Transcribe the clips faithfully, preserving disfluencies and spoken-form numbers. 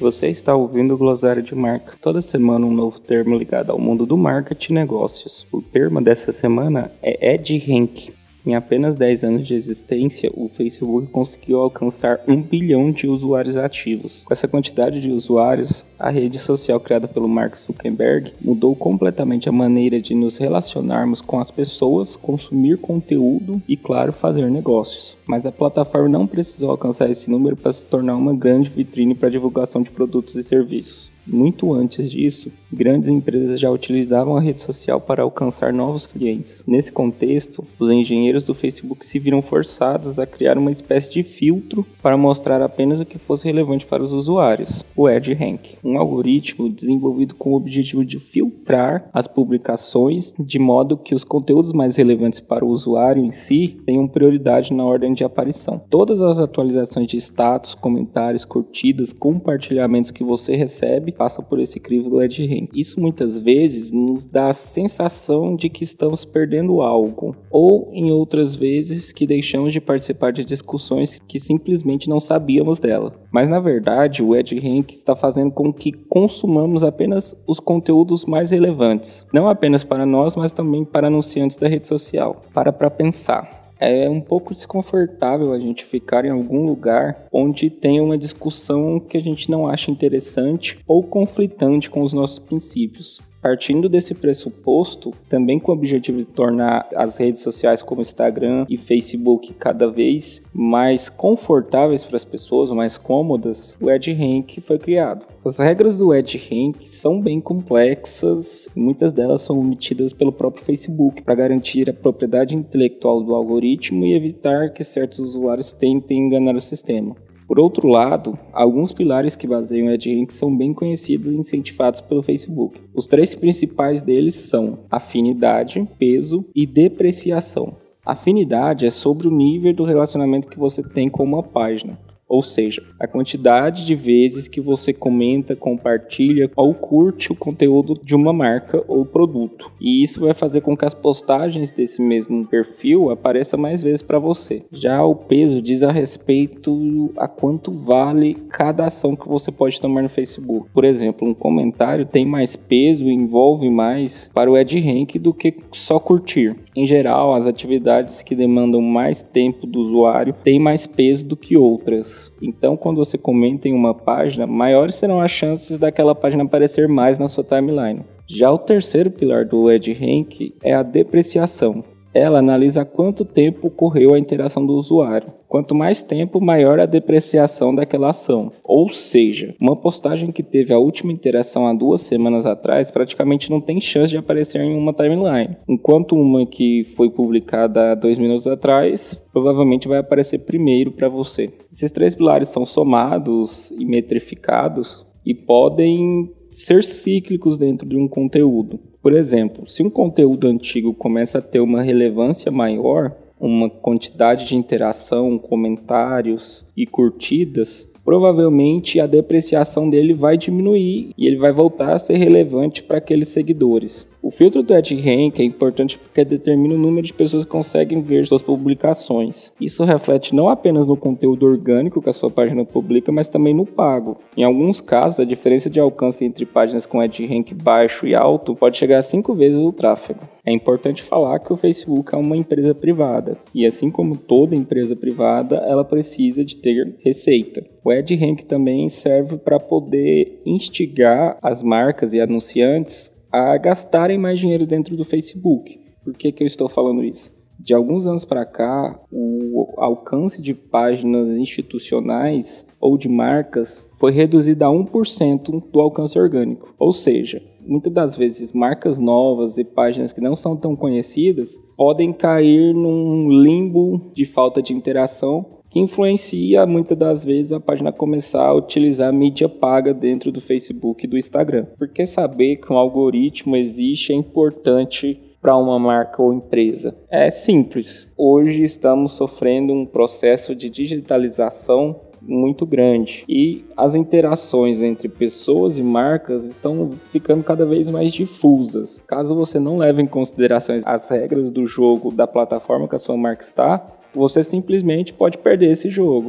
Você está ouvindo o Glossário de Marca. Toda semana um novo termo ligado ao mundo do marketing e negócios. O termo dessa semana é EdRank. Em apenas dez anos de existência, o Facebook conseguiu alcançar um bilhão de usuários ativos. Com essa quantidade de usuários, a rede social criada pelo Mark Zuckerberg mudou completamente a maneira de nos relacionarmos com as pessoas, consumir conteúdo e, claro, fazer negócios. Mas a plataforma não precisou alcançar esse número para se tornar uma grande vitrine para a divulgação de produtos e serviços. Muito antes disso, grandes empresas já utilizavam a rede social para alcançar novos clientes. Nesse contexto, os engenheiros do Facebook se viram forçados a criar uma espécie de filtro para mostrar apenas o que fosse relevante para os usuários, o EdRank, um algoritmo desenvolvido com o objetivo de filtrar as publicações de modo que os conteúdos mais relevantes para o usuário em si tenham prioridade na ordem de aparição. Todas as atualizações de status, comentários, curtidas, compartilhamentos que você recebe passa por esse crivo do EdRank. Isso muitas vezes nos dá a sensação de que estamos perdendo algo, ou em outras vezes que deixamos de participar de discussões que simplesmente não sabíamos dela. Mas na verdade o EdRank está fazendo com que consumamos apenas os conteúdos mais relevantes, não apenas para nós, mas também para anunciantes da rede social. Para para pensar. É um pouco desconfortável a gente ficar em algum lugar onde tem uma discussão que a gente não acha interessante ou conflitante com os nossos princípios. Partindo desse pressuposto, também com o objetivo de tornar as redes sociais como Instagram e Facebook cada vez mais confortáveis para as pessoas, mais cômodas, o EdRank foi criado. As regras do EdRank são bem complexas, muitas delas são omitidas pelo próprio Facebook para garantir a propriedade intelectual do algoritmo e evitar que certos usuários tentem enganar o sistema. Por outro lado, alguns pilares que baseiam o EdRank são bem conhecidos e incentivados pelo Facebook. Os três principais deles são afinidade, peso e depreciação. Afinidade é sobre o nível do relacionamento que você tem com uma página. Ou seja, a quantidade de vezes que você comenta, compartilha ou curte o conteúdo de uma marca ou produto. E isso vai fazer com que as postagens desse mesmo perfil apareçam mais vezes para você. Já o peso diz a respeito a quanto vale cada ação que você pode tomar no Facebook. Por exemplo, um comentário tem mais peso e envolve mais para o EdRank do que só curtir. Em geral, as atividades que demandam mais tempo do usuário têm mais peso do que outras. Então, quando você comenta em uma página, maiores serão as chances daquela página aparecer mais na sua timeline. Já o terceiro pilar do EdRank é a depreciação. Ela analisa quanto tempo ocorreu a interação do usuário. Quanto mais tempo, maior a depreciação daquela ação. Ou seja, uma postagem que teve a última interação há duas semanas atrás praticamente não tem chance de aparecer em uma timeline. Enquanto uma que foi publicada há dois minutos atrás, provavelmente vai aparecer primeiro para você. Esses três pilares são somados e metrificados e podem ser cíclicos dentro de um conteúdo. Por exemplo, se um conteúdo antigo começa a ter uma relevância maior, uma quantidade de interação, comentários e curtidas, provavelmente a depreciação dele vai diminuir e ele vai voltar a ser relevante para aqueles seguidores. O filtro do EdRank é importante porque determina o número de pessoas que conseguem ver suas publicações. Isso reflete não apenas no conteúdo orgânico que a sua página publica, mas também no pago. Em alguns casos, a diferença de alcance entre páginas com EdRank baixo e alto pode chegar a cinco vezes o tráfego. É importante falar que o Facebook é uma empresa privada, e assim como toda empresa privada, ela precisa de ter receita. O EdRank também serve para poder instigar as marcas e anunciantes a gastarem mais dinheiro dentro do Facebook. Por que que eu estou falando isso? De alguns anos para cá, o alcance de páginas institucionais ou de marcas foi reduzido a um por cento do alcance orgânico. Ou seja, muitas das vezes marcas novas e páginas que não são tão conhecidas podem cair num limbo de falta de interação que influencia muitas das vezes a página começar a utilizar a mídia paga dentro do Facebook e do Instagram. Porque saber que um algoritmo existe é importante para uma marca ou empresa? É simples. Hoje estamos sofrendo um processo de digitalização muito grande e as interações entre pessoas e marcas estão ficando cada vez mais difusas. Caso você não leve em consideração as regras do jogo da plataforma que a sua marca está, você simplesmente pode perder esse jogo.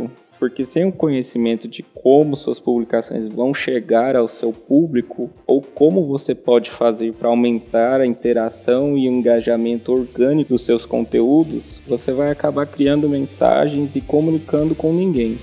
porque sem o conhecimento de como suas publicações vão chegar ao seu público ou como você pode fazer para aumentar a interação e o engajamento orgânico dos seus conteúdos, você vai acabar criando mensagens e comunicando com ninguém.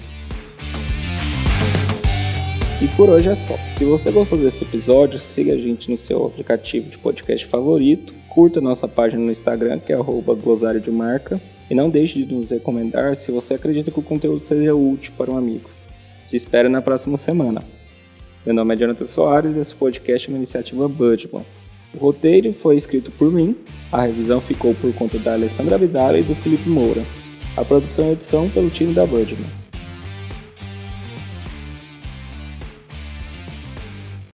E por hoje é só. Se você gostou desse episódio, siga a gente no seu aplicativo de podcast favorito, curta nossa página no Instagram, que é arroba glossário de marca, e não deixe de nos recomendar se você acredita que o conteúdo seja útil para um amigo. Te espero na próxima semana. Meu nome é Jonathan Soares e esse podcast é uma iniciativa Budman. O roteiro foi escrito por mim, a revisão ficou por conta da Alessandra Vidal e do Felipe Moura. A produção e edição pelo time da Budman.